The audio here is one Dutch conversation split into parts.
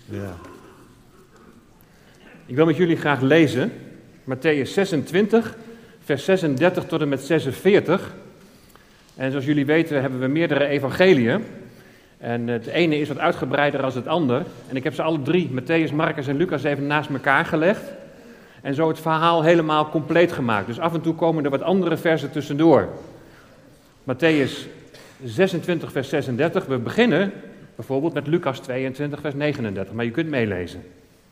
Ja. Ik wil met jullie graag lezen Mattheüs 26, vers 36 tot en met 46. En zoals jullie weten hebben we meerdere evangeliën. En het ene is wat uitgebreider dan het ander. En ik heb ze alle drie, Mattheüs, Marcus en Lucas, even naast elkaar gelegd. En zo het verhaal helemaal compleet gemaakt. Dus af en toe komen er wat andere versen tussendoor. Mattheüs 26, vers 36. We beginnen bijvoorbeeld met Lucas 22, vers 39. Maar je kunt meelezen.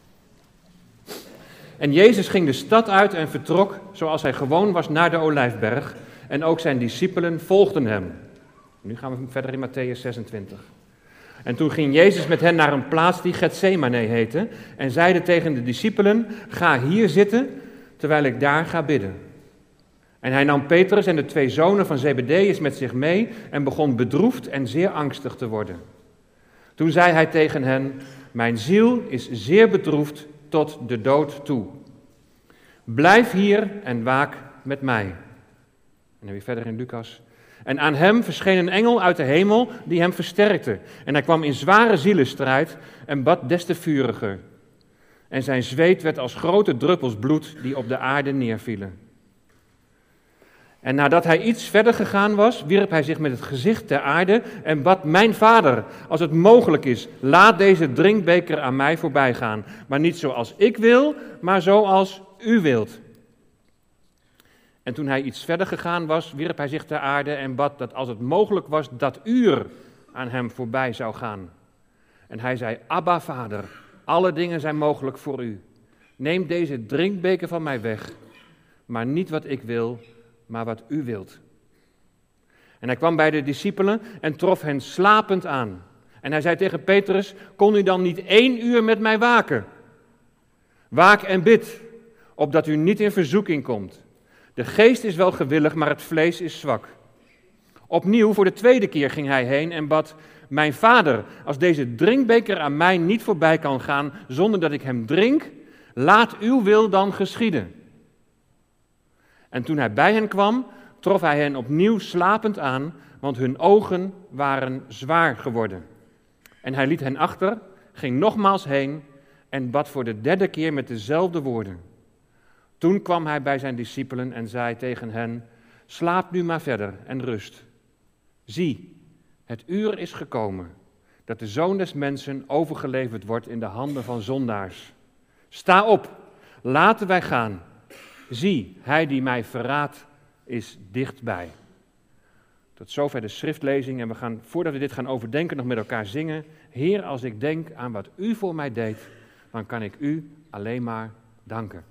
En Jezus ging de stad uit en vertrok, zoals hij gewoon was, naar de Olijfberg. En ook zijn discipelen volgden hem. Nu gaan we verder in Mattheüs 26. En toen ging Jezus met hen naar een plaats die Getsemane heette. En zeide tegen de discipelen, ga hier zitten, terwijl ik daar ga bidden. En hij nam Petrus en de 2 zonen van Zebedeus met zich mee en begon bedroefd en zeer angstig te worden. Toen zei hij tegen hen, mijn ziel is zeer bedroefd tot de dood toe. Blijf hier en waak met mij. En dan weer verder in Lucas. En aan hem verscheen een engel uit de hemel die hem versterkte. En hij kwam in zware zielenstrijd en bad des te vuriger. En zijn zweet werd als grote druppels bloed die op de aarde neervielen. En nadat hij iets verder gegaan was, wierp hij zich met het gezicht ter aarde en bad, mijn vader, als het mogelijk is, laat deze drinkbeker aan mij voorbij gaan. Maar niet zoals ik wil, maar zoals u wilt. En toen hij iets verder gegaan was, wierp hij zich ter aarde en bad dat als het mogelijk was, dat uur aan hem voorbij zou gaan. En hij zei, Abba, vader, alle dingen zijn mogelijk voor u. Neem deze drinkbeker van mij weg, maar niet wat ik wil, maar wat u wilt. En hij kwam bij de discipelen en trof hen slapend aan. En hij zei tegen Petrus, kon u dan niet 1 uur met mij waken? Waak en bid, opdat u niet in verzoeking komt. De geest is wel gewillig, maar het vlees is zwak. Opnieuw, voor de 2e keer ging hij heen en bad, mijn vader, als deze drinkbeker aan mij niet voorbij kan gaan, zonder dat ik hem drink, laat uw wil dan geschieden. En toen hij bij hen kwam, trof hij hen opnieuw slapend aan, want hun ogen waren zwaar geworden. En hij liet hen achter, ging nogmaals heen en bad voor de 3e keer met dezelfde woorden. Toen kwam hij bij zijn discipelen en zei tegen hen, slaap nu maar verder en rust. Zie, het uur is gekomen dat de Zoon des Mensen overgeleverd wordt in de handen van zondaars. Sta op, laten wij gaan. Zie, hij die mij verraadt is dichtbij. Tot zover de schriftlezing en we gaan, voordat we dit gaan overdenken, nog met elkaar zingen. Heer, als ik denk aan wat u voor mij deed, dan kan ik u alleen maar danken.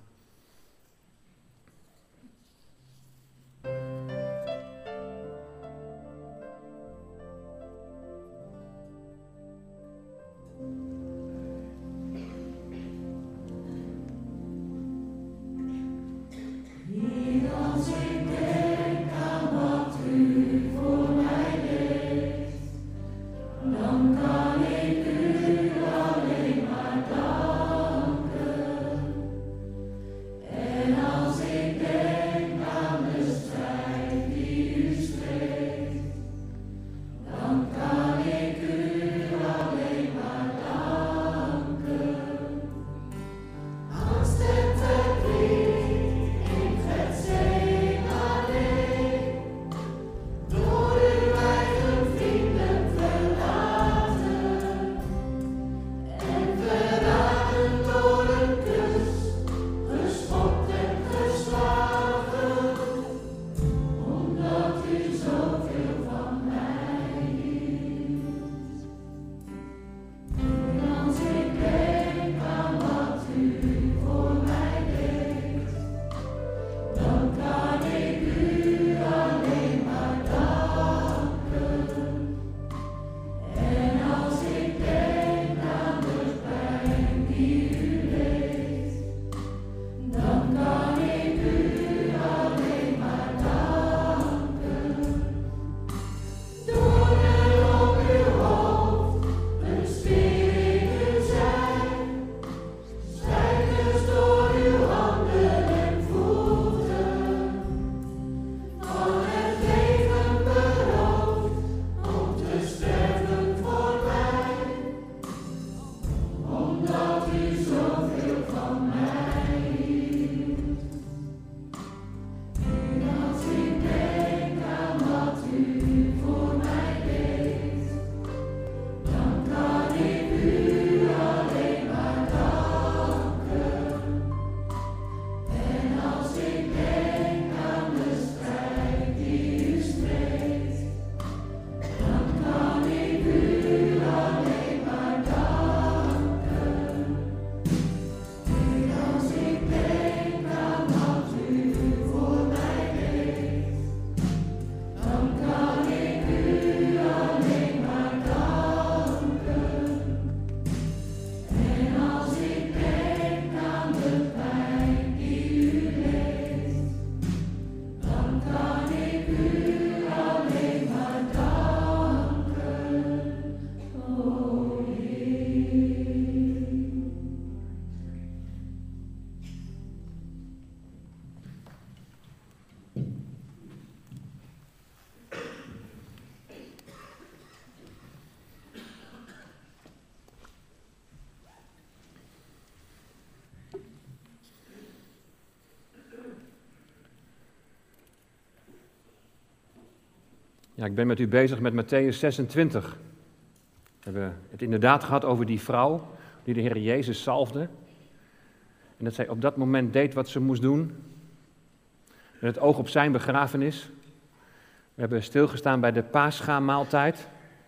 Ja, ik ben met u bezig met Mattheüs 26. We hebben het inderdaad gehad over die vrouw die de Heer Jezus zalfde. En dat zij op dat moment deed wat ze moest doen. Met het oog op zijn begrafenis. We hebben stilgestaan bij de Paascha-maaltijd.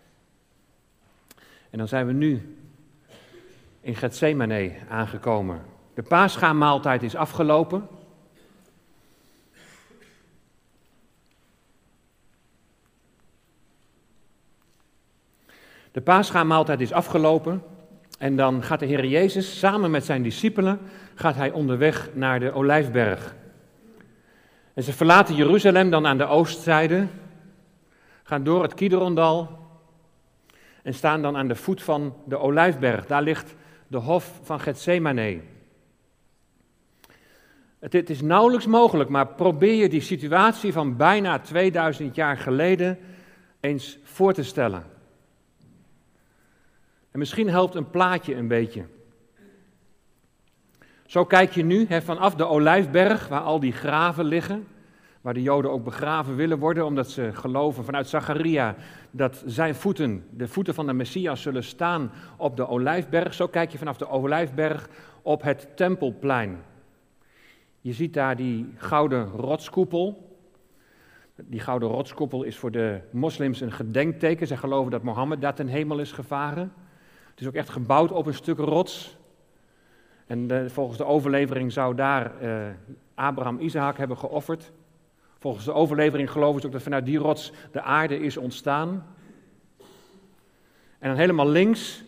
En dan zijn we nu in Getsemane aangekomen. De Paascha-maaltijd is afgelopen. De Paascha-maaltijd is afgelopen en dan gaat de Heer Jezus samen met zijn discipelen gaat hij onderweg naar de Olijfberg. En ze verlaten Jeruzalem dan aan de oostzijde, gaan door het Kidrondal en staan dan aan de voet van de Olijfberg. Daar ligt de hof van Getsemane. Het is nauwelijks mogelijk, maar probeer je die situatie van bijna 2000 jaar geleden eens voor te stellen. En misschien helpt een plaatje een beetje. Zo kijk je nu vanaf de Olijfberg, waar al die graven liggen, waar de Joden ook begraven willen worden, omdat ze geloven vanuit Zacharia dat zijn voeten, de voeten van de Messias, zullen staan op de Olijfberg. Zo kijk je vanaf de Olijfberg op het Tempelplein. Je ziet daar die gouden rotskoepel. Die gouden rotskoepel is voor de moslims een gedenkteken. Zij geloven dat Mohammed daar ten hemel is gevaren. Het is ook echt gebouwd op een stuk rots. En volgens de overlevering zou daar Abraham Isaac hebben geofferd. Volgens de overlevering geloven ze ook dat vanuit die rots de aarde is ontstaan. En dan helemaal links,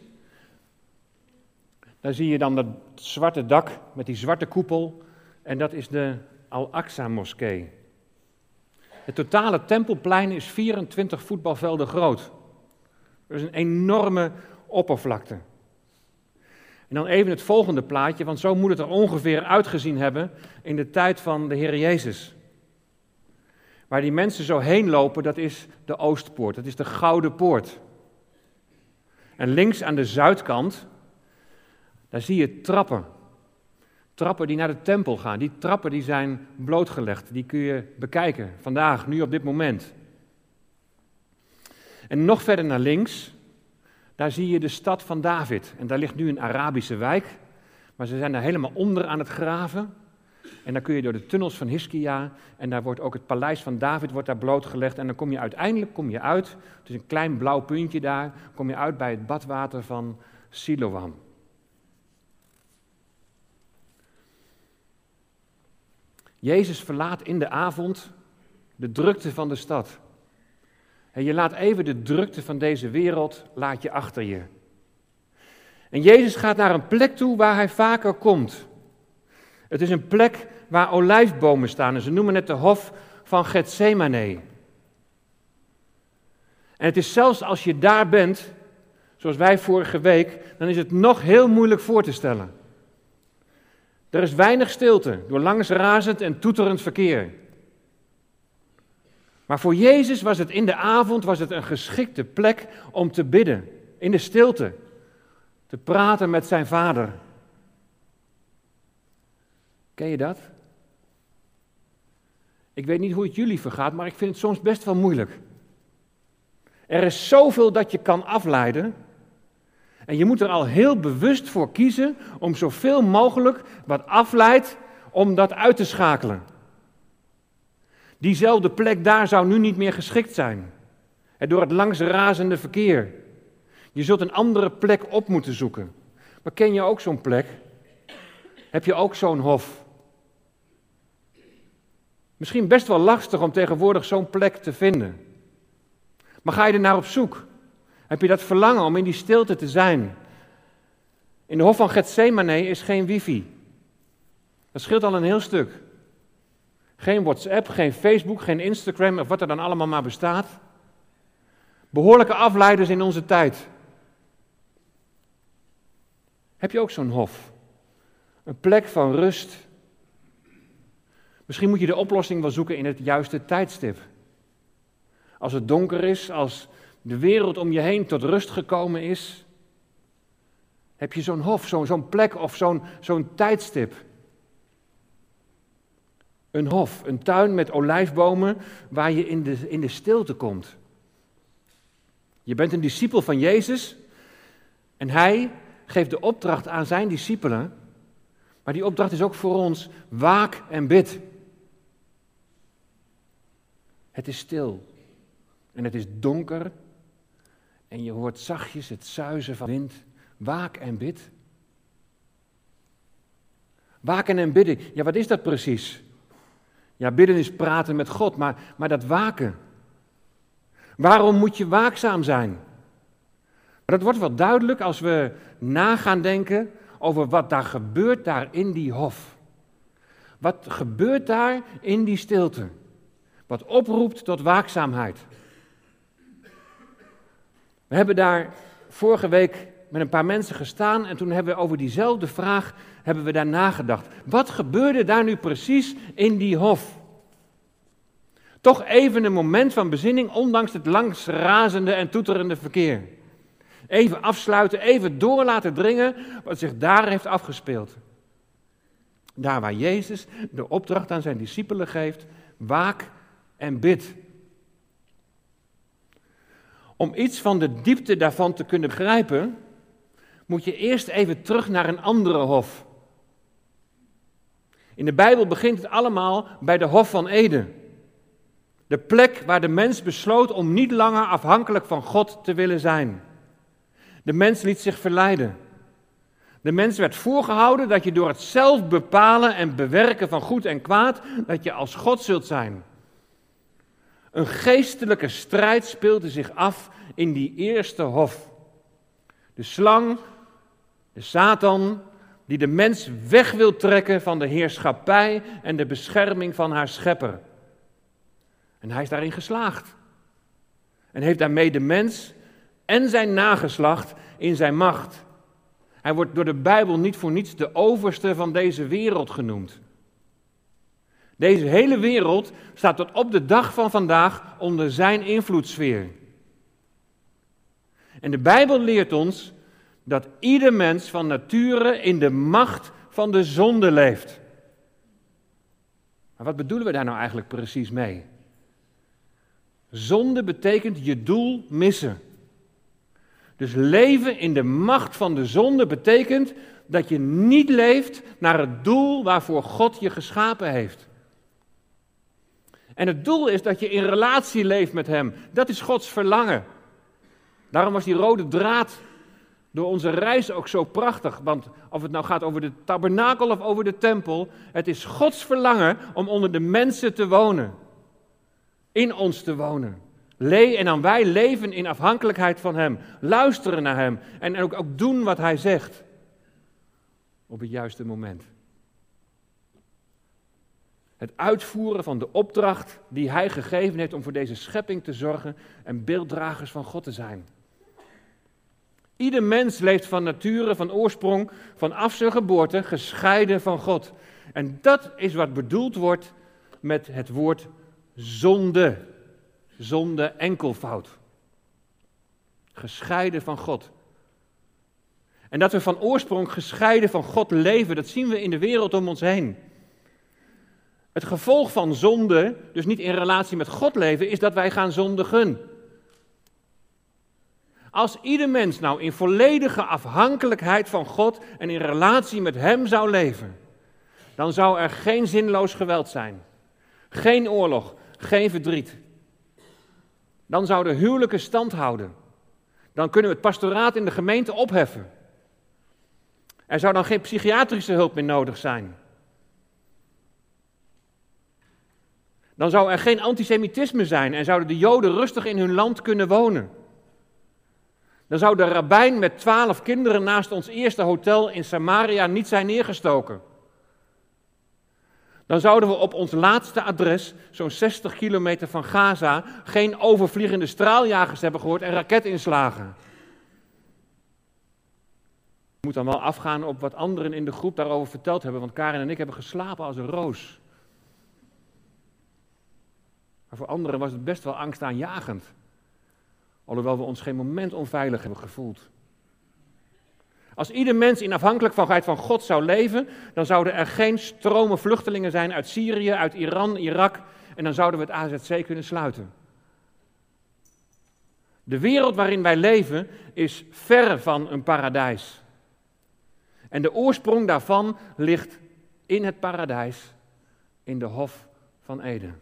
daar zie je dan dat zwarte dak met die zwarte koepel. En dat is de Al-Aqsa-moskee. Het totale tempelplein is 24 voetbalvelden groot. Dat is een enorme oppervlakte. En dan even het volgende plaatje, want zo moet het er ongeveer uitgezien hebben in de tijd van de Heer Jezus. Waar die mensen zo heen lopen, dat is de Oostpoort, dat is de Gouden Poort. En links aan de zuidkant, daar zie je trappen. Trappen die naar de tempel gaan. Die trappen die zijn blootgelegd, die kun je bekijken vandaag, nu op dit moment. En nog verder naar links, daar zie je de stad van David. En daar ligt nu een Arabische wijk, maar ze zijn daar helemaal onder aan het graven. En dan kun je door de tunnels van Hiskia, en daar wordt ook het paleis van David wordt daar blootgelegd. En dan kom je uiteindelijk uit, het is een klein blauw puntje daar, kom je uit bij het badwater van Siloam. Jezus verlaat in de avond de drukte van de stad. En je laat even de drukte van deze wereld, laat je achter je. En Jezus gaat naar een plek toe waar hij vaker komt. Het is een plek waar olijfbomen staan en ze noemen het de hof van Getsemane. En het is zelfs als je daar bent, zoals wij vorige week, dan is het nog heel moeilijk voor te stellen. Er is weinig stilte door langsrazend en toeterend verkeer. Maar voor Jezus was het in de avond een geschikte plek om te bidden, in de stilte, te praten met zijn Vader. Ken je dat? Ik weet niet hoe het jullie vergaat, maar ik vind het soms best wel moeilijk. Er is zoveel dat je kan afleiden. En je moet er al heel bewust voor kiezen om zoveel mogelijk wat afleidt, om dat uit te schakelen. Diezelfde plek daar zou nu niet meer geschikt zijn. Door het langsrazende verkeer. Je zult een andere plek op moeten zoeken. Maar ken je ook zo'n plek? Heb je ook zo'n hof? Misschien best wel lastig om tegenwoordig zo'n plek te vinden. Maar ga je er naar op zoek? Heb je dat verlangen om in die stilte te zijn? In de hof van Getsemane is geen wifi. Dat scheelt al een heel stuk. Geen WhatsApp, geen Facebook, geen Instagram of wat er dan allemaal maar bestaat. Behoorlijke afleiders in onze tijd. Heb je ook zo'n hof? Een plek van rust. Misschien moet je de oplossing wel zoeken in het juiste tijdstip. Als het donker is, als de wereld om je heen tot rust gekomen is, heb je zo'n hof, zo'n plek of zo'n tijdstip. Een hof, een tuin met olijfbomen waar je in de stilte komt. Je bent een discipel van Jezus en hij geeft de opdracht aan zijn discipelen, maar die opdracht is ook voor ons: waak en bid. Het is stil en het is donker en je hoort zachtjes het suizen van de wind. Waak en bid. Waken en bidden, ja, wat is dat precies? Ja, bidden is praten met God, maar dat waken. Waarom moet je waakzaam zijn? Maar dat wordt wel duidelijk als we na gaan denken over wat daar gebeurt daar in die hof. Wat gebeurt daar in die stilte? Wat oproept tot waakzaamheid. We hebben daar vorige week met een paar mensen gestaan en toen hebben we over diezelfde vraag daar nagedacht. Wat gebeurde daar nu precies in die hof? Toch even een moment van bezinning, ondanks het langs razende en toeterende verkeer. Even afsluiten, even door laten dringen wat zich daar heeft afgespeeld. Daar waar Jezus de opdracht aan zijn discipelen geeft: waak en bid. Om iets van de diepte daarvan te kunnen begrijpen, moet je eerst even terug naar een andere hof. In de Bijbel begint het allemaal bij de Hof van Eden. De plek waar de mens besloot om niet langer afhankelijk van God te willen zijn. De mens liet zich verleiden. De mens werd voorgehouden dat je door het zelf bepalen en bewerken van goed en kwaad, dat je als God zult zijn. Een geestelijke strijd speelde zich af in die eerste hof. De slang, de Satan, die de mens weg wil trekken van de heerschappij en de bescherming van haar schepper. En hij is daarin geslaagd. En heeft daarmee de mens en zijn nageslacht in zijn macht. Hij wordt door de Bijbel niet voor niets de overste van deze wereld genoemd. Deze hele wereld staat tot op de dag van vandaag onder zijn invloedssfeer. En de Bijbel leert ons dat ieder mens van nature in de macht van de zonde leeft. Maar wat bedoelen we daar nou eigenlijk precies mee? Zonde betekent je doel missen. Dus leven in de macht van de zonde betekent dat je niet leeft naar het doel waarvoor God je geschapen heeft. En het doel is dat je in relatie leeft met Hem. Dat is Gods verlangen. Daarom was die rode draad door onze reis ook zo prachtig. Want of het nou gaat over de tabernakel of over de tempel, het is Gods verlangen om onder de mensen te wonen. In ons te wonen. En dan wij leven in afhankelijkheid van Hem. Luisteren naar Hem. En ook doen wat Hij zegt. Op het juiste moment. Het uitvoeren van de opdracht die Hij gegeven heeft om voor deze schepping te zorgen en beelddragers van God te zijn. Ieder mens leeft van nature, van oorsprong, vanaf zijn geboorte, gescheiden van God. En dat is wat bedoeld wordt met het woord zonde. Zonde enkelvoud. Gescheiden van God. En dat we van oorsprong gescheiden van God leven, dat zien we in de wereld om ons heen. Het gevolg van zonde, dus niet in relatie met God leven, is dat wij gaan zondigen. Als ieder mens nou in volledige afhankelijkheid van God en in relatie met Hem zou leven, dan zou er geen zinloos geweld zijn. Geen oorlog, geen verdriet. Dan zouden huwelijken stand houden. Dan kunnen we het pastoraat in de gemeente opheffen. Er zou dan geen psychiatrische hulp meer nodig zijn. Dan zou er geen antisemitisme zijn en zouden de Joden rustig in hun land kunnen wonen. Dan zou de rabbijn met 12 kinderen naast ons eerste hotel in Samaria niet zijn neergestoken. Dan zouden we op ons laatste adres, zo'n 60 kilometer van Gaza, geen overvliegende straaljagers hebben gehoord en raketinslagen. Ik moet dan wel afgaan op wat anderen in de groep daarover verteld hebben, want Karin en ik hebben geslapen als een roos. Maar voor anderen was het best wel angstaanjagend. Alhoewel we ons geen moment onveilig hebben gevoeld. Als ieder mens in afhankelijkheid van God zou leven, dan zouden er geen stromen vluchtelingen zijn uit Syrië, uit Iran, Irak, en dan zouden we het AZC kunnen sluiten. De wereld waarin wij leven is ver van een paradijs. En de oorsprong daarvan ligt in het paradijs, in de Hof van Eden.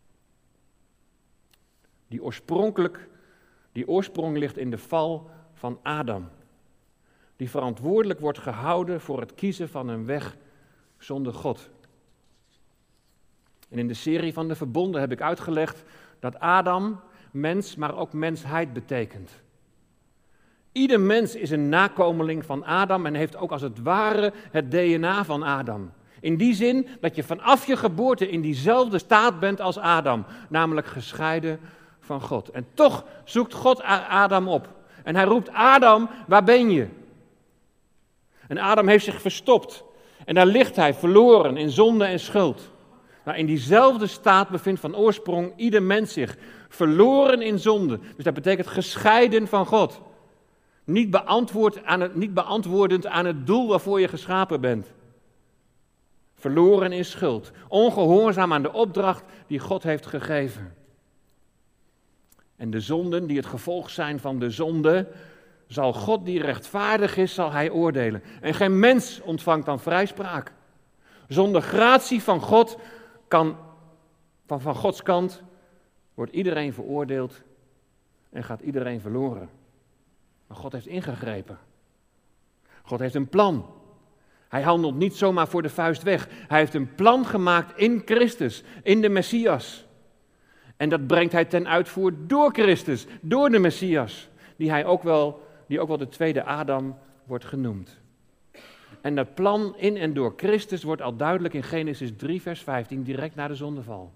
Die oorsprong ligt in de val van Adam, die verantwoordelijk wordt gehouden voor het kiezen van een weg zonder God. En in de serie van de verbonden heb ik uitgelegd dat Adam mens, maar ook mensheid betekent. Ieder mens is een nakomeling van Adam en heeft ook als het ware het DNA van Adam. In die zin dat je vanaf je geboorte in diezelfde staat bent als Adam, namelijk gescheiden van God. En toch zoekt God Adam op. En hij roept: Adam, waar ben je? En Adam heeft zich verstopt. En daar ligt hij verloren in zonde en schuld. Nou, in diezelfde staat bevindt van oorsprong ieder mens zich. Verloren in zonde. Dus dat betekent gescheiden van God. Niet beantwoordend aan het doel waarvoor je geschapen bent. Verloren in schuld. Ongehoorzaam aan de opdracht die God heeft gegeven. En de zonden die het gevolg zijn van de zonde, zal God die rechtvaardig is, zal hij oordelen. En geen mens ontvangt dan vrijspraak. Zonder gratie van God van Gods kant wordt iedereen veroordeeld en gaat iedereen verloren. Maar God heeft ingegrepen. God heeft een plan. Hij handelt niet zomaar voor de vuist weg. Hij heeft een plan gemaakt in Christus, in de Messias. En dat brengt hij ten uitvoer door Christus, door de Messias, die ook wel de tweede Adam wordt genoemd. En dat plan in en door Christus wordt al duidelijk in Genesis 3 vers 15, direct na de zondeval.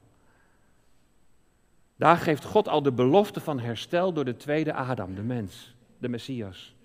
Daar geeft God al de belofte van herstel door de tweede Adam, de mens, de Messias.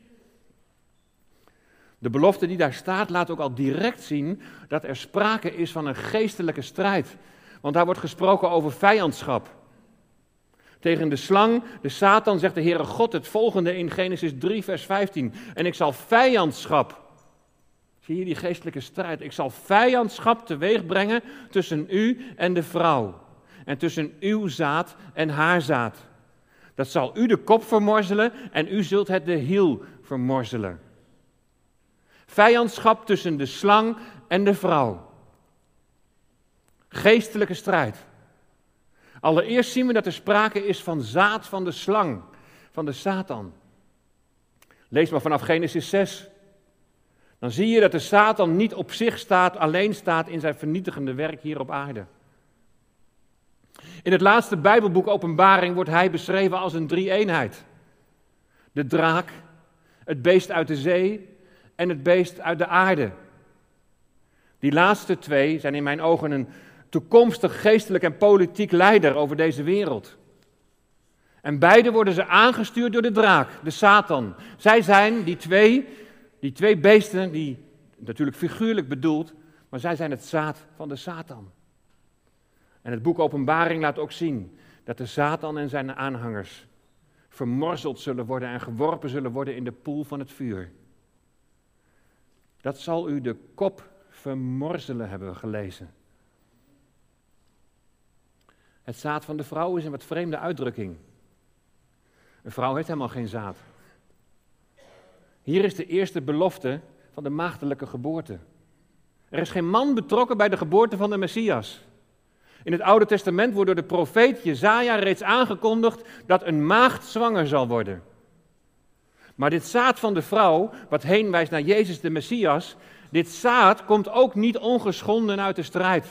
De belofte die daar staat laat ook al direct zien dat er sprake is van een geestelijke strijd. Want daar wordt gesproken over vijandschap. Tegen de slang, de Satan, zegt de Heere God het volgende in Genesis 3 vers 15. En ik zal vijandschap, zie je die geestelijke strijd, ik zal vijandschap teweeg brengen tussen u en de vrouw. En tussen uw zaad en haar zaad. Dat zal u de kop vermorzelen en u zult het de hiel vermorzelen. Vijandschap tussen de slang en de vrouw. Geestelijke strijd. Allereerst zien we dat er sprake is van zaad van de slang, van de Satan. Lees maar vanaf Genesis 6. Dan zie je dat de Satan niet op zich staat, alleen staat in zijn vernietigende werk hier op aarde. In het laatste Bijbelboek Openbaring wordt hij beschreven als een drie-eenheid. De draak, het beest uit de zee en het beest uit de aarde. Die laatste twee zijn in mijn ogen een toekomstig geestelijk en politiek leider over deze wereld. En beide worden ze aangestuurd door de draak, de Satan. Zij zijn die twee beesten, die natuurlijk figuurlijk bedoeld, maar zij zijn het zaad van de Satan. En het boek Openbaring laat ook zien dat de Satan en zijn aanhangers vermorzeld zullen worden en geworpen zullen worden in de poel van het vuur. Dat zal u de kop vermorzelen, hebben we gelezen. Het zaad van de vrouw is een wat vreemde uitdrukking. Een vrouw heeft helemaal geen zaad. Hier is de eerste belofte van de maagdelijke geboorte. Er is geen man betrokken bij de geboorte van de Messias. In het Oude Testament wordt door de profeet Jesaja reeds aangekondigd dat een maagd zwanger zal worden. Maar dit zaad van de vrouw, wat heen wijst naar Jezus de Messias, dit zaad komt ook niet ongeschonden uit de strijd.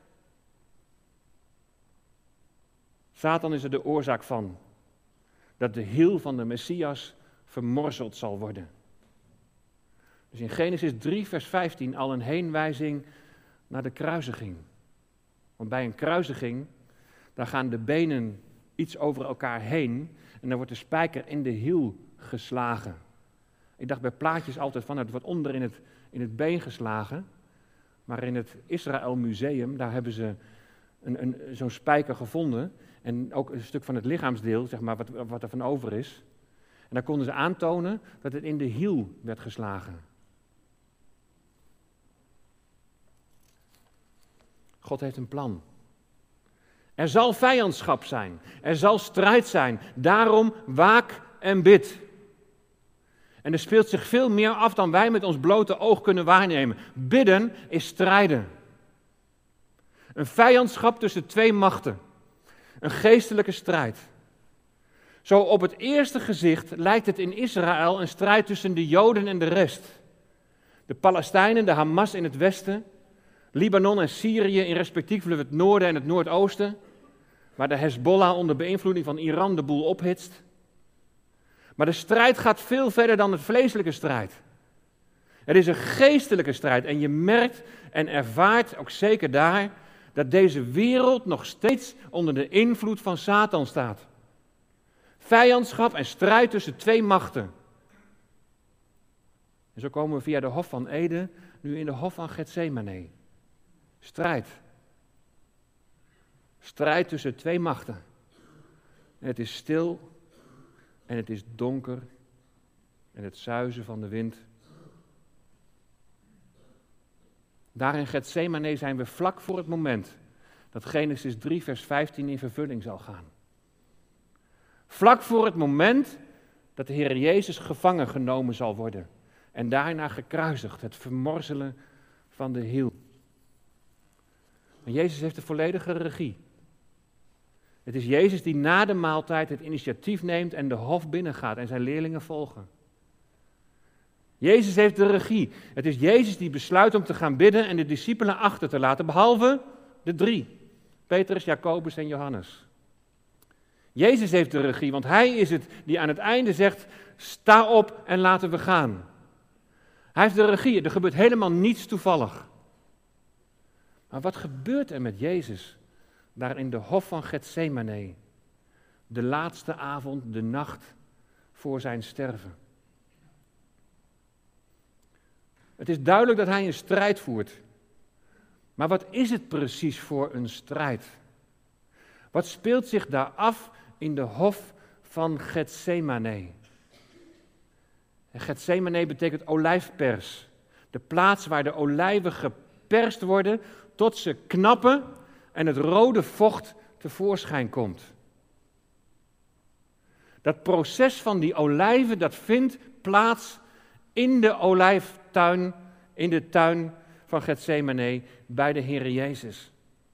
Satan is er de oorzaak van dat de hiel van de Messias vermorzeld zal worden. Dus in Genesis 3 vers 15 al een heenwijzing naar de kruisiging. Want bij een kruisiging, daar gaan de benen iets over elkaar heen en dan wordt de spijker in de hiel geslagen. Ik dacht bij plaatjes altijd van, het wordt onder in het been geslagen. Maar in het Israël Museum, daar hebben ze zo'n spijker gevonden. En ook een stuk van het lichaamsdeel, zeg maar, wat er van over is. En daar konden ze aantonen dat het in de hiel werd geslagen. God heeft een plan. Er zal vijandschap zijn. Er zal strijd zijn. Daarom waak en bid. En er speelt zich veel meer af dan wij met ons blote oog kunnen waarnemen. Bidden is strijden. Een vijandschap tussen twee machten. Een geestelijke strijd. Zo op het eerste gezicht lijkt het in Israël een strijd tussen de Joden en de rest. De Palestijnen, de Hamas in het westen, Libanon en Syrië in respectievelijk het noorden en het noordoosten, waar de Hezbollah onder beïnvloeding van Iran de boel ophitst. Maar de strijd gaat veel verder dan het vleeselijke strijd. Het is een geestelijke strijd en je merkt en ervaart, ook zeker daar, dat deze wereld nog steeds onder de invloed van Satan staat. Vijandschap en strijd tussen twee machten. En zo komen we via de Hof van Eden nu in de Hof van Getsemane. Strijd. Strijd tussen twee machten. En het is stil en het is donker en het suizen van de wind. Daar in Getsemane zijn we vlak voor het moment dat Genesis 3 vers 15 in vervulling zal gaan. Vlak voor het moment dat de Heer Jezus gevangen genomen zal worden en daarna gekruisigd, het vermorzelen van de hiel. En Jezus heeft de volledige regie. Het is Jezus die na de maaltijd het initiatief neemt en de hof binnengaat en zijn leerlingen volgen. Jezus heeft de regie. Het is Jezus die besluit om te gaan bidden en de discipelen achter te laten, behalve de 3, Petrus, Jacobus en Johannes. Jezus heeft de regie, want hij is het die aan het einde zegt, sta op en laten we gaan. Hij heeft de regie, er gebeurt helemaal niets toevallig. Maar wat gebeurt er met Jezus daar in de Hof van Getsemane, de laatste avond, de nacht voor zijn sterven? Het is duidelijk dat hij een strijd voert. Maar wat is het precies voor een strijd? Wat speelt zich daar af in de Hof van Getsemane? En Getsemane betekent olijfpers. De plaats waar de olijven geperst worden tot ze knappen en het rode vocht tevoorschijn komt. Dat proces van die olijven, dat vindt plaats in de olijftuin, in de tuin van Getsemane bij de Heer Jezus.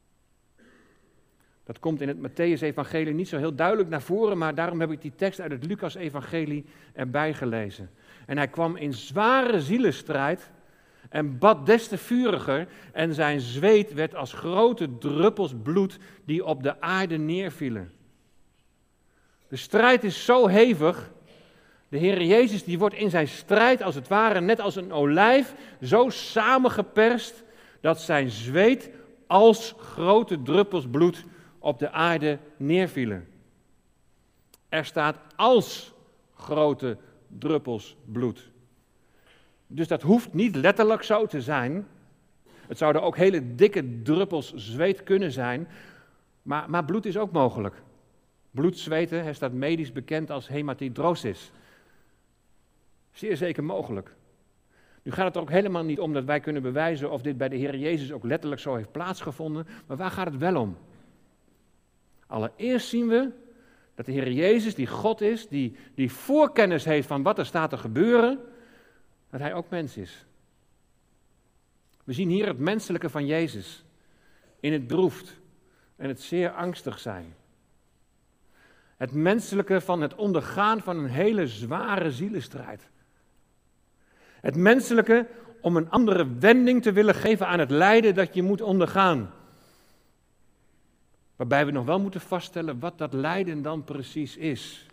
Dat komt in het Mattheüs-evangelie niet zo heel duidelijk naar voren, maar daarom heb ik die tekst uit het Lucas-evangelie erbij gelezen. En hij kwam in zware zielenstrijd en bad des te vuriger en zijn zweet werd als grote druppels bloed die op de aarde neervielen. De strijd is zo hevig. De Heer Jezus die wordt in zijn strijd als het ware net als een olijf zo samengeperst dat zijn zweet als grote druppels bloed op de aarde neervielen. Er staat als grote druppels bloed. Dus dat hoeft niet letterlijk zo te zijn. Het zouden ook hele dikke druppels zweet kunnen zijn, maar bloed is ook mogelijk. Bloedzweten, hij staat medisch bekend als hematidrosis. Zeer zeker mogelijk. Nu gaat het er ook helemaal niet om dat wij kunnen bewijzen of dit bij de Heer Jezus ook letterlijk zo heeft plaatsgevonden, maar waar gaat het wel om? Allereerst zien we dat de Heer Jezus, die God is, die voorkennis heeft van wat er staat te gebeuren, dat hij ook mens is. We zien hier het menselijke van Jezus in het bedroefd en het zeer angstig zijn. Het menselijke van het ondergaan van een hele zware zielenstrijd. Het menselijke om een andere wending te willen geven aan het lijden dat je moet ondergaan. Waarbij we nog wel moeten vaststellen wat dat lijden dan precies is.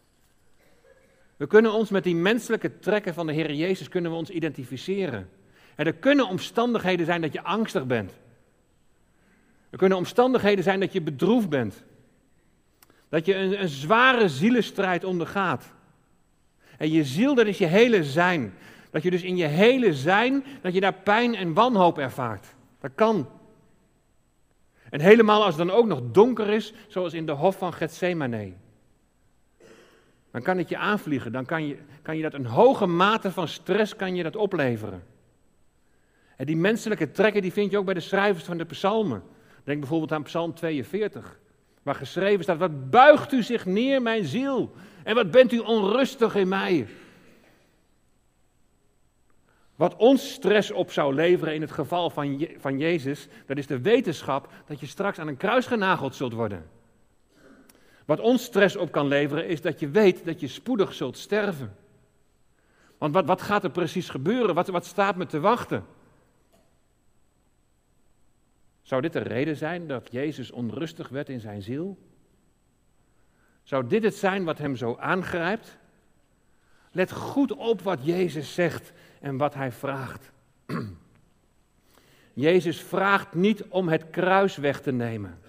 We kunnen ons met die menselijke trekken van de Heer Jezus kunnen we ons identificeren. En er kunnen omstandigheden zijn dat je angstig bent. Er kunnen omstandigheden zijn dat je bedroefd bent. Dat je een zware zielenstrijd ondergaat. En je ziel, dat is je hele zijn. Dat je dus in je hele zijn, dat je daar pijn en wanhoop ervaart. Dat kan. En helemaal als het dan ook nog donker is, zoals in de Hof van Getsemane. Dan kan het je aanvliegen, dan kan je dat een hoge mate van stress kan je dat opleveren. En die menselijke trekken die vind je ook bij de schrijvers van de psalmen. Denk bijvoorbeeld aan Psalm 42, waar geschreven staat: wat buigt u zich neer, mijn ziel, en wat bent u onrustig in mij. Wat ons stress op zou leveren in het geval van Jezus, dat is de wetenschap dat je straks aan een kruis genageld zult worden. Wat ons stress op kan leveren is dat je weet dat je spoedig zult sterven. Want wat gaat er precies gebeuren? Wat staat me te wachten? Zou dit de reden zijn dat Jezus onrustig werd in zijn ziel? Zou dit het zijn wat hem zo aangrijpt? Let goed op wat Jezus zegt en wat hij vraagt. Jezus vraagt niet om het kruis weg te nemen.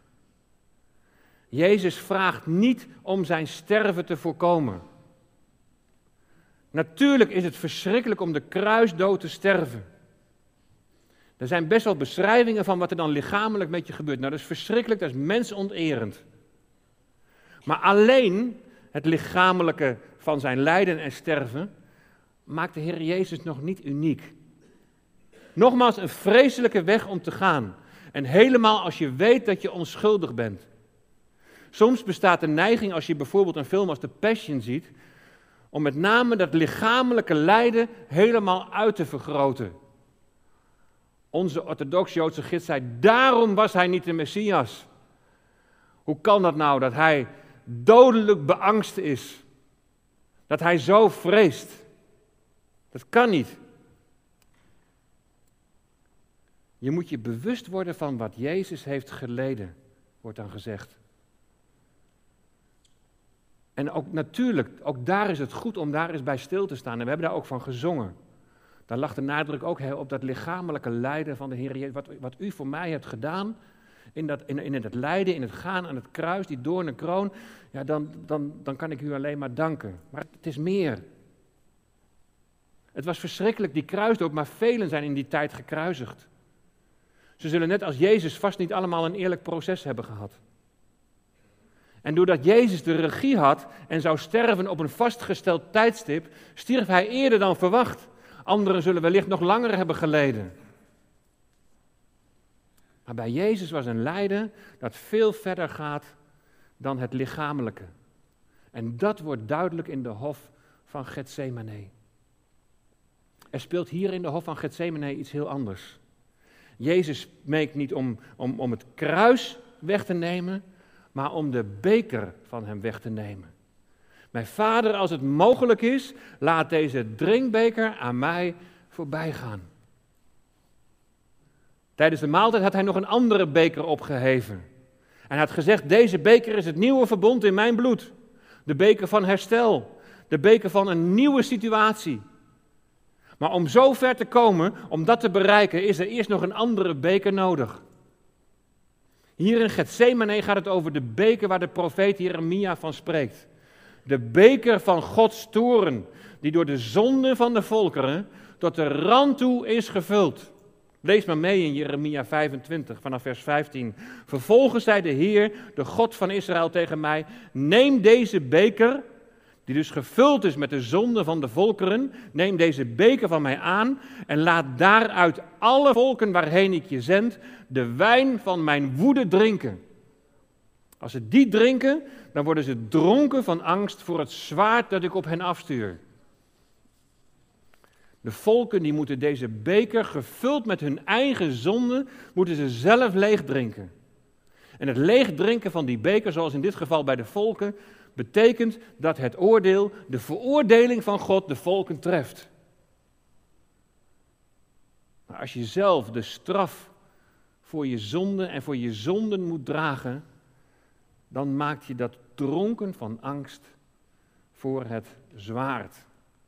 Jezus vraagt niet om zijn sterven te voorkomen. Natuurlijk is het verschrikkelijk om de kruisdood te sterven. Er zijn best wel beschrijvingen van wat er dan lichamelijk met je gebeurt. Nou, dat is verschrikkelijk, dat is mensonterend. Maar alleen het lichamelijke van zijn lijden en sterven maakt de Heer Jezus nog niet uniek. Nogmaals, een vreselijke weg om te gaan. En helemaal als je weet dat je onschuldig bent. Soms bestaat de neiging, als je bijvoorbeeld een film als The Passion ziet, om met name dat lichamelijke lijden helemaal uit te vergroten. Onze orthodox-Joodse gids zei: daarom was hij niet de Messias. Hoe kan dat nou, dat hij dodelijk beangst is? Dat hij zo vreest? Dat kan niet. Je moet je bewust worden van wat Jezus heeft geleden, wordt dan gezegd. En ook natuurlijk, ook daar is het goed om daar eens bij stil te staan. En we hebben daar ook van gezongen. Daar lag de nadruk ook op dat lichamelijke lijden van de Heer Jezus. Wat u voor mij hebt gedaan, in het lijden, in het gaan aan het kruis, die doornen kroon, ja, dan kan ik u alleen maar danken. Maar het is meer. Het was verschrikkelijk, die kruisdood, maar velen zijn in die tijd gekruisigd. Ze zullen net als Jezus vast niet allemaal een eerlijk proces hebben gehad. En doordat Jezus de regie had en zou sterven op een vastgesteld tijdstip, stierf hij eerder dan verwacht. Anderen zullen wellicht nog langer hebben geleden. Maar bij Jezus was een lijden dat veel verder gaat dan het lichamelijke. En dat wordt duidelijk in de hof van Getsemane. Er speelt hier in de hof van Getsemane iets heel anders. Jezus smeekt niet om het kruis weg te nemen, maar om de beker van hem weg te nemen. Mijn Vader, als het mogelijk is, laat deze drinkbeker aan mij voorbij gaan. Tijdens de maaltijd had hij nog een andere beker opgeheven. En hij had gezegd: deze beker is het nieuwe verbond in mijn bloed. De beker van herstel. De beker van een nieuwe situatie. Maar om zo ver te komen, om dat te bereiken, is er eerst nog een andere beker nodig. Hier in Getsemane gaat het over de beker waar de profeet Jeremia van spreekt. De beker van Gods toorn, die door de zonde van de volkeren tot de rand toe is gevuld. Lees maar mee in Jeremia 25, vanaf vers 15. Vervolgens zei de Heer, de God van Israël, tegen mij: neem deze beker, die dus gevuld is met de zonde van de volkeren, neem deze beker van mij aan en laat daaruit alle volken waarheen ik je zend de wijn van mijn woede drinken. Als ze die drinken, dan worden ze dronken van angst voor het zwaard dat ik op hen afstuur. De volken die moeten deze beker, gevuld met hun eigen zonde, moeten ze zelf leeg drinken. En het leeg drinken van die beker, zoals in dit geval bij de volken, betekent dat het oordeel, de veroordeling van God, de volken treft. Maar als je zelf de straf voor je zonde en voor je zonden moet dragen, dan maak je dat dronken van angst voor het zwaard.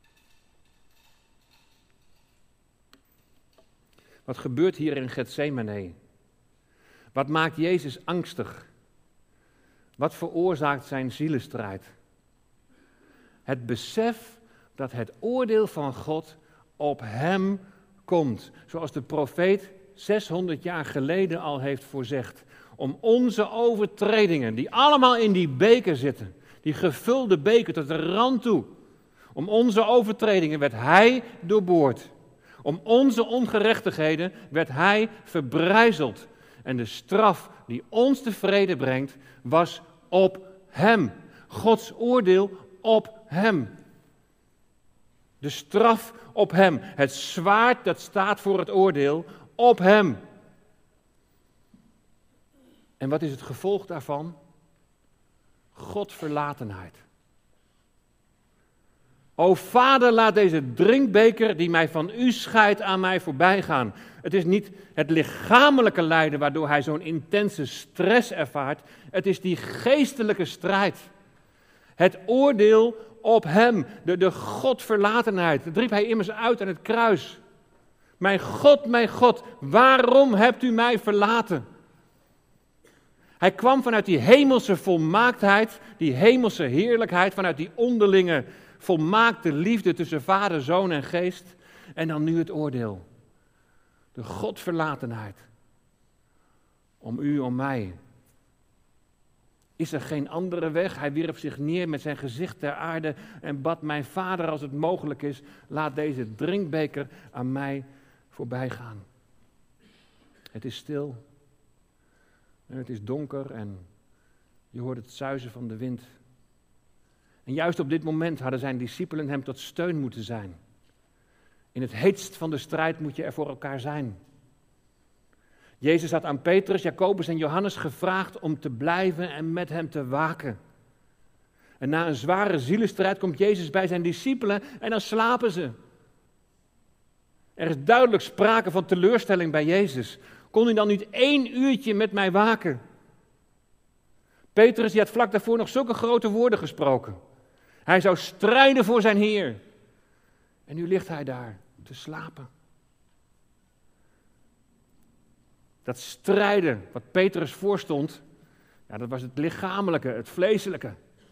Wat gebeurt hier in Getsemane? Wat maakt Jezus angstig? Wat veroorzaakt zijn zielestrijd? Het besef dat het oordeel van God op hem komt. Zoals de profeet 600 jaar geleden al heeft voorzegd. Om onze overtredingen, die allemaal in die beker zitten. Die gevulde beker tot de rand toe. Om onze overtredingen werd hij doorboord. Om onze ongerechtigheden werd hij verbrijzeld. En de straf die ons de vrede brengt, was op hem. Gods oordeel op hem. De straf op hem. Het zwaard dat staat voor het oordeel op hem. En wat is het gevolg daarvan? Godverlatenheid. O Vader, laat deze drinkbeker die mij van u scheidt aan mij voorbij gaan. Het is niet het lichamelijke lijden waardoor hij zo'n intense stress ervaart. Het is die geestelijke strijd. Het oordeel op hem, de godverlatenheid. Dat riep hij immers uit aan het kruis. Mijn God, waarom hebt u mij verlaten? Hij kwam vanuit die hemelse volmaaktheid, die hemelse heerlijkheid, vanuit die onderlinge volmaakte liefde tussen Vader, Zoon en Geest. En dan nu het oordeel. De godverlatenheid. Om u, om mij. Is er geen andere weg? Hij wierp zich neer met zijn gezicht ter aarde en bad: mijn Vader, als het mogelijk is, laat deze drinkbeker aan mij voorbij gaan. Het is stil. En het is donker en je hoort het suizen van de wind. En juist op dit moment hadden zijn discipelen hem tot steun moeten zijn. In het heetst van de strijd moet je er voor elkaar zijn. Jezus had aan Petrus, Jacobus en Johannes gevraagd om te blijven en met hem te waken. En na een zware zielenstrijd komt Jezus bij zijn discipelen en dan slapen ze. Er is duidelijk sprake van teleurstelling bij Jezus. Kon u dan niet 1 uurtje met mij waken? Petrus die had vlak daarvoor nog zulke grote woorden gesproken. Hij zou strijden voor zijn Heer. En nu ligt hij daar te slapen. Dat strijden wat Petrus voorstond, ja, dat was het lichamelijke, het vleeselijke.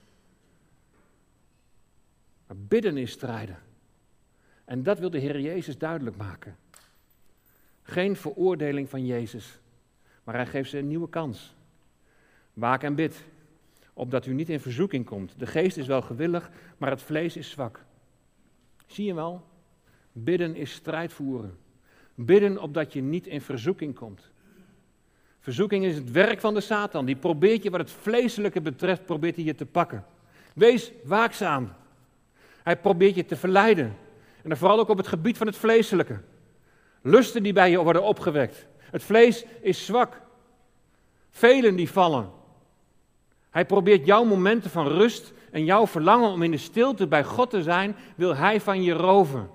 Maar bidden is strijden. En dat wil de Heer Jezus duidelijk maken. Geen veroordeling van Jezus, maar hij geeft ze een nieuwe kans. Waak en bid, opdat u niet in verzoeking komt. De geest is wel gewillig, maar het vlees is zwak. Zie je wel? Bidden is strijd voeren. Bidden opdat je niet in verzoeking komt. Verzoeking is het werk van de Satan. Die probeert je wat het vleeselijke betreft, probeert hij je te pakken. Wees waakzaam. Hij probeert je te verleiden. En dan vooral ook op het gebied van het vleeselijke. Lusten die bij je worden opgewekt. Het vlees is zwak. Velen die vallen. Hij probeert jouw momenten van rust en jouw verlangen om in de stilte bij God te zijn, wil hij van je roven.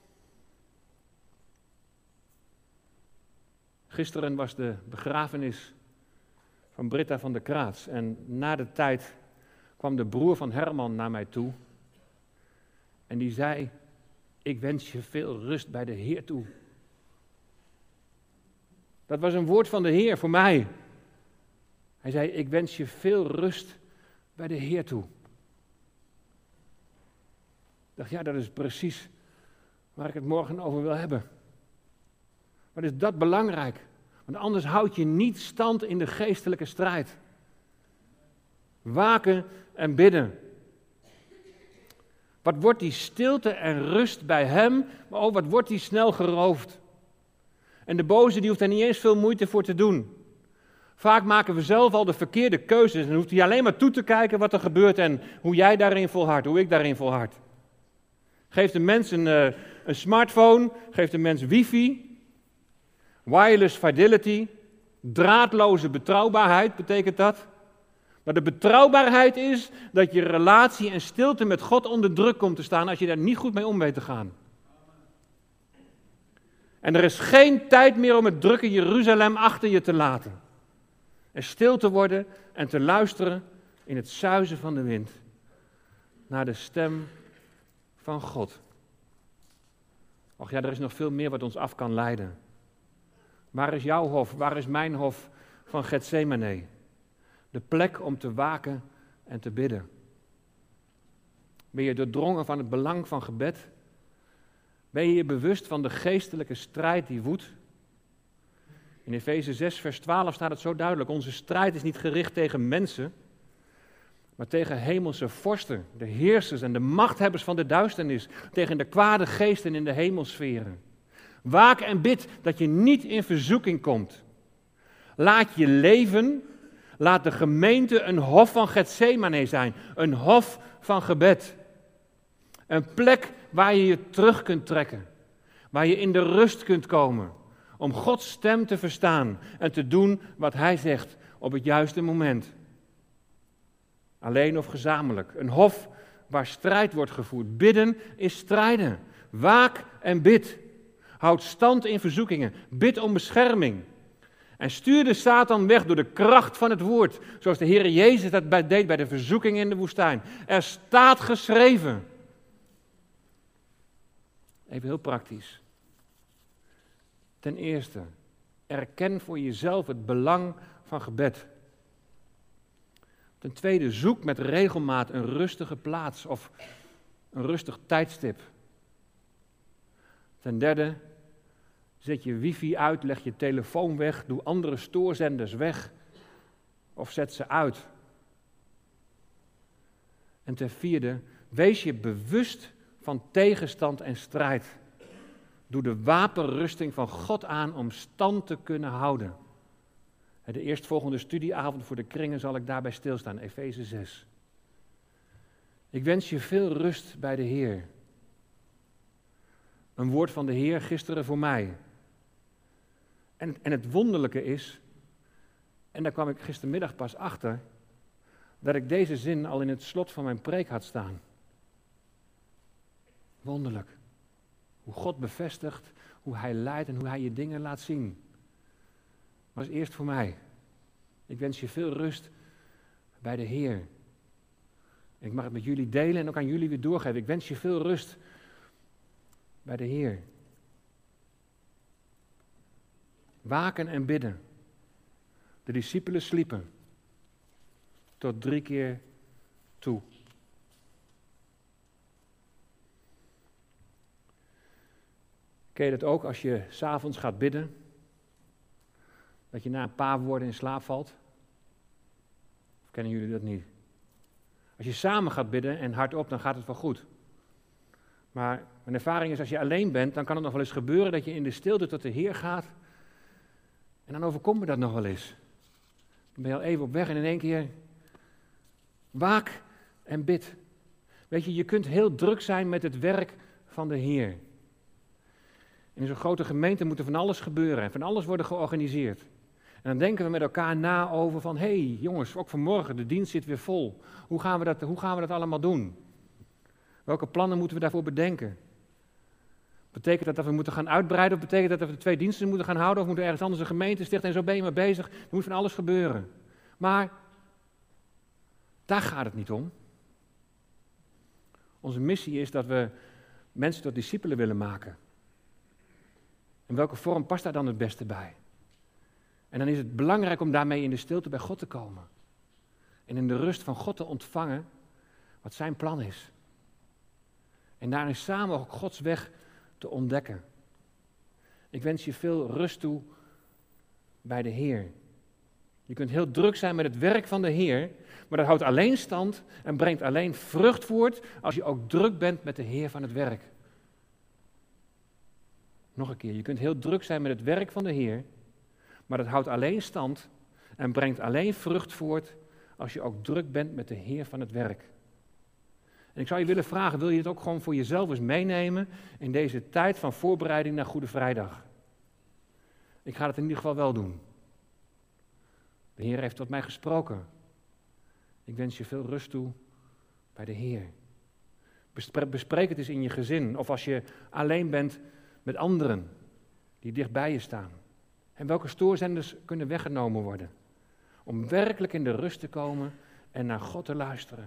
Gisteren was de begrafenis van Britta van der Kraats en na de tijd kwam de broer van Herman naar mij toe en die zei: ik wens je veel rust bij de Heer toe. Dat was een woord van de Heer voor mij. Hij zei: ik wens je veel rust bij de Heer toe. Ik dacht, ja, dat is precies waar ik het morgen over wil hebben. Wat is dat belangrijk? Want anders houd je niet stand in de geestelijke strijd. Waken en bidden. Wat wordt die stilte en rust bij hem, maar ook wat wordt die snel geroofd. En de boze die hoeft er niet eens veel moeite voor te doen. Vaak maken we zelf al de verkeerde keuzes en dan hoeft hij alleen maar toe te kijken wat er gebeurt en hoe jij daarin volhardt, hoe ik daarin volhard. Geeft een mens een smartphone, geeft een mens wifi, wireless fidelity, draadloze betrouwbaarheid betekent dat. Maar de betrouwbaarheid is dat je relatie en stilte met God onder druk komt te staan als je daar niet goed mee om weet te gaan. En er is geen tijd meer om het drukke Jeruzalem achter je te laten. En stil te worden en te luisteren in het suizen van de wind naar de stem van God. Och ja, er is nog veel meer wat ons af kan leiden. Waar is jouw hof? Waar is mijn hof van Getsemane? De plek om te waken en te bidden. Ben je doordrongen van het belang van gebed? Ben je je bewust van de geestelijke strijd die woedt? In Efeze 6 vers 12 staat het zo duidelijk. Onze strijd is niet gericht tegen mensen, maar tegen hemelse vorsten, de heersers en de machthebbers van de duisternis, tegen de kwade geesten in de hemelsferen. Waak en bid dat je niet in verzoeking komt. Laat je leven, laat de gemeente een hof van Getsemane zijn. Een hof van gebed. Een plek waar je je terug kunt trekken. Waar je in de rust kunt komen. Om Gods stem te verstaan en te doen wat Hij zegt op het juiste moment. Alleen of gezamenlijk. Een hof waar strijd wordt gevoerd. Bidden is strijden. Waak en bid. Houd stand in verzoekingen. Bid om bescherming. En stuur de Satan weg door de kracht van het woord. Zoals de Heer Jezus dat deed bij de verzoeking in de woestijn. Er staat geschreven. Even heel praktisch. Ten eerste, erken voor jezelf het belang van gebed. Ten tweede, zoek met regelmaat een rustige plaats of een rustig tijdstip. Ten derde, zet je wifi uit, leg je telefoon weg, doe andere stoorzenders weg of zet ze uit. En ten vierde, wees je bewust van tegenstand en strijd. Doe de wapenrusting van God aan om stand te kunnen houden. De eerstvolgende studieavond voor de kringen zal ik daarbij stilstaan, Efeze 6. Ik wens je veel rust bij de Heer. Een woord van de Heer gisteren voor mij. En het wonderlijke is, en daar kwam ik gistermiddag pas achter, dat ik deze zin al in het slot van mijn preek had staan. Wonderlijk. Hoe God bevestigt, hoe Hij leidt en hoe Hij je dingen laat zien. Maar is eerst voor mij. Ik wens je veel rust bij de Heer. Ik mag het met jullie delen en ook aan jullie weer doorgeven. Ik wens je veel rust bij de Heer. Waken en bidden. De discipelen sliepen. Tot 3 keer toe. Ken je dat ook als je 's avonds gaat bidden? Dat je na een paar woorden in slaap valt? Of kennen jullie dat niet? Als je samen gaat bidden en hardop, dan gaat het wel goed. Maar mijn ervaring is, als je alleen bent, dan kan het nog wel eens gebeuren dat je in de stilte tot de Heer gaat. En dan overkomt me dat nog wel eens. Dan ben je al even op weg en in één keer waak en bid. Weet je, je kunt heel druk zijn met het werk van de Heer. In zo'n grote gemeente moet er van alles gebeuren en van alles worden georganiseerd. En dan denken we met elkaar na over van, hé jongens, ook vanmorgen, de dienst zit weer vol. Hoe gaan we dat allemaal doen? Welke plannen moeten we daarvoor bedenken? Betekent dat we moeten gaan uitbreiden of betekent dat we de 2 diensten moeten gaan houden of moeten we ergens anders een gemeente stichten en zo ben je maar bezig. Er moet van alles gebeuren. Maar daar gaat het niet om. Onze missie is dat we mensen tot discipelen willen maken. In welke vorm past daar dan het beste bij? En dan is het belangrijk om daarmee in de stilte bij God te komen. En in de rust van God te ontvangen wat zijn plan is. En daarin samen ook Gods weg te ontdekken. Ik wens je veel rust toe bij de Heer. Je kunt heel druk zijn met het werk van de Heer, maar dat houdt alleen stand en brengt alleen vrucht voort als je ook druk bent met de Heer van het werk. Nog een keer, je kunt heel druk zijn met het werk van de Heer, maar dat houdt alleen stand en brengt alleen vrucht voort als je ook druk bent met de Heer van het werk. En ik zou je willen vragen, wil je het ook gewoon voor jezelf eens meenemen in deze tijd van voorbereiding naar Goede Vrijdag? Ik ga het in ieder geval wel doen. De Heer heeft tot mij gesproken. Ik wens je veel rust toe bij de Heer. Bespreek het eens in je gezin of als je alleen bent met anderen die dicht bij je staan. En welke stoorzenders kunnen weggenomen worden? Om werkelijk in de rust te komen en naar God te luisteren.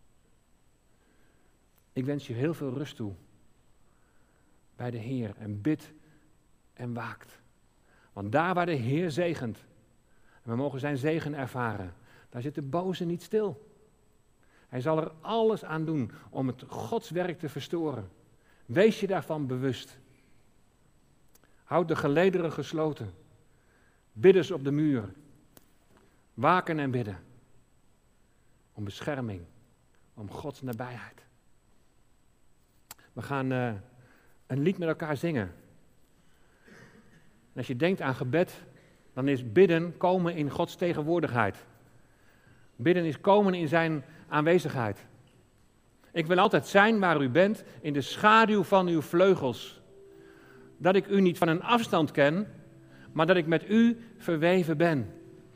Ik wens je heel veel rust toe bij de Heer en bid en waakt. Want daar waar de Heer zegent, en we mogen zijn zegen ervaren, daar zit de boze niet stil. Hij zal er alles aan doen om het Gods werk te verstoren. Wees je daarvan bewust. Houd de gelederen gesloten. Bidders op de muur. Waken en bidden. Om bescherming. Om Gods nabijheid. We gaan een lied met elkaar zingen. En als je denkt aan gebed, dan is bidden komen in Gods tegenwoordigheid. Bidden is komen in zijn aanwezigheid. Ik wil altijd zijn waar u bent, in de schaduw van uw vleugels. Dat ik u niet van een afstand ken, maar dat ik met u verweven ben.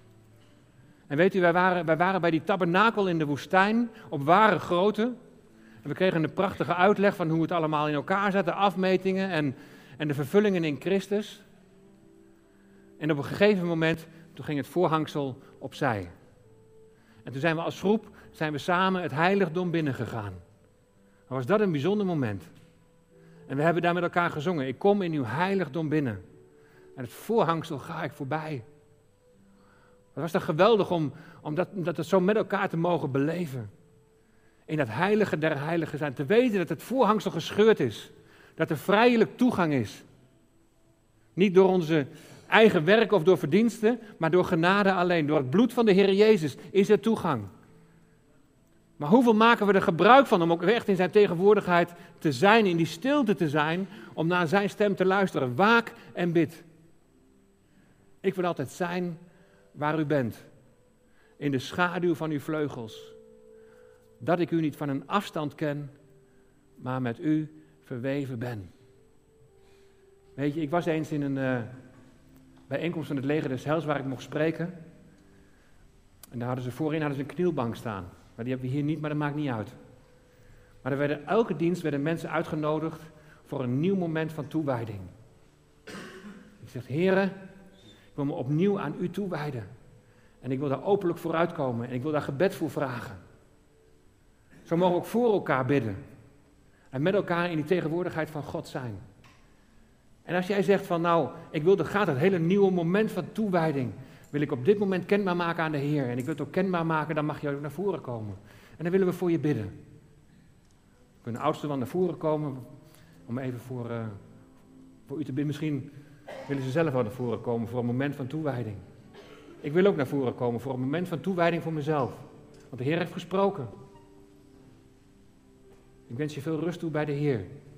En weet u, wij waren bij die tabernakel in de woestijn, op ware grootte. En we kregen een prachtige uitleg van hoe het allemaal in elkaar zat, de afmetingen en de vervullingen in Christus. En op een gegeven moment, toen ging het voorhangsel opzij. En toen zijn we als groep, samen het heiligdom binnengegaan. Dan was dat een bijzonder moment. En we hebben daar met elkaar gezongen, ik kom in uw heiligdom binnen. En het voorhangsel ga ik voorbij. Het was dan geweldig om dat zo met elkaar te mogen beleven. In dat heilige der heiligen zijn. Te weten dat het voorhangsel gescheurd is. Dat er vrijelijk toegang is. Niet door onze eigen werk of door verdiensten, maar door genade alleen. Door het bloed van de Heer Jezus is er toegang. Maar hoeveel maken we er gebruik van om ook echt in zijn tegenwoordigheid te zijn, in die stilte te zijn, om naar zijn stem te luisteren. Waak en bid. Ik wil altijd zijn waar u bent, in de schaduw van uw vleugels. Dat ik u niet van een afstand ken, maar met u verweven ben. Weet je, ik was eens in een bijeenkomst van het leger des Heils waar ik mocht spreken. En daar hadden ze een knielbank staan. Maar die hebben we hier niet, maar dat maakt niet uit. Maar elke dienst werden mensen uitgenodigd voor een nieuw moment van toewijding. Ik zeg, Heere, ik wil me opnieuw aan u toewijden. En ik wil daar openlijk voor uitkomen en ik wil daar gebed voor vragen. Zo mogen we ook voor elkaar bidden. En met elkaar in die tegenwoordigheid van God zijn. En als jij zegt van nou, ik wil graag dat hele nieuwe moment van toewijding, wil ik op dit moment kenbaar maken aan de Heer. En ik wil het ook kenbaar maken, dan mag je ook naar voren komen. En dan willen we voor je bidden. We kunnen de oudste wel naar voren komen, om even voor u te bidden. Misschien willen ze zelf wel naar voren komen voor een moment van toewijding. Ik wil ook naar voren komen voor een moment van toewijding voor mezelf. Want de Heer heeft gesproken. Ik wens je veel rust toe bij de Heer.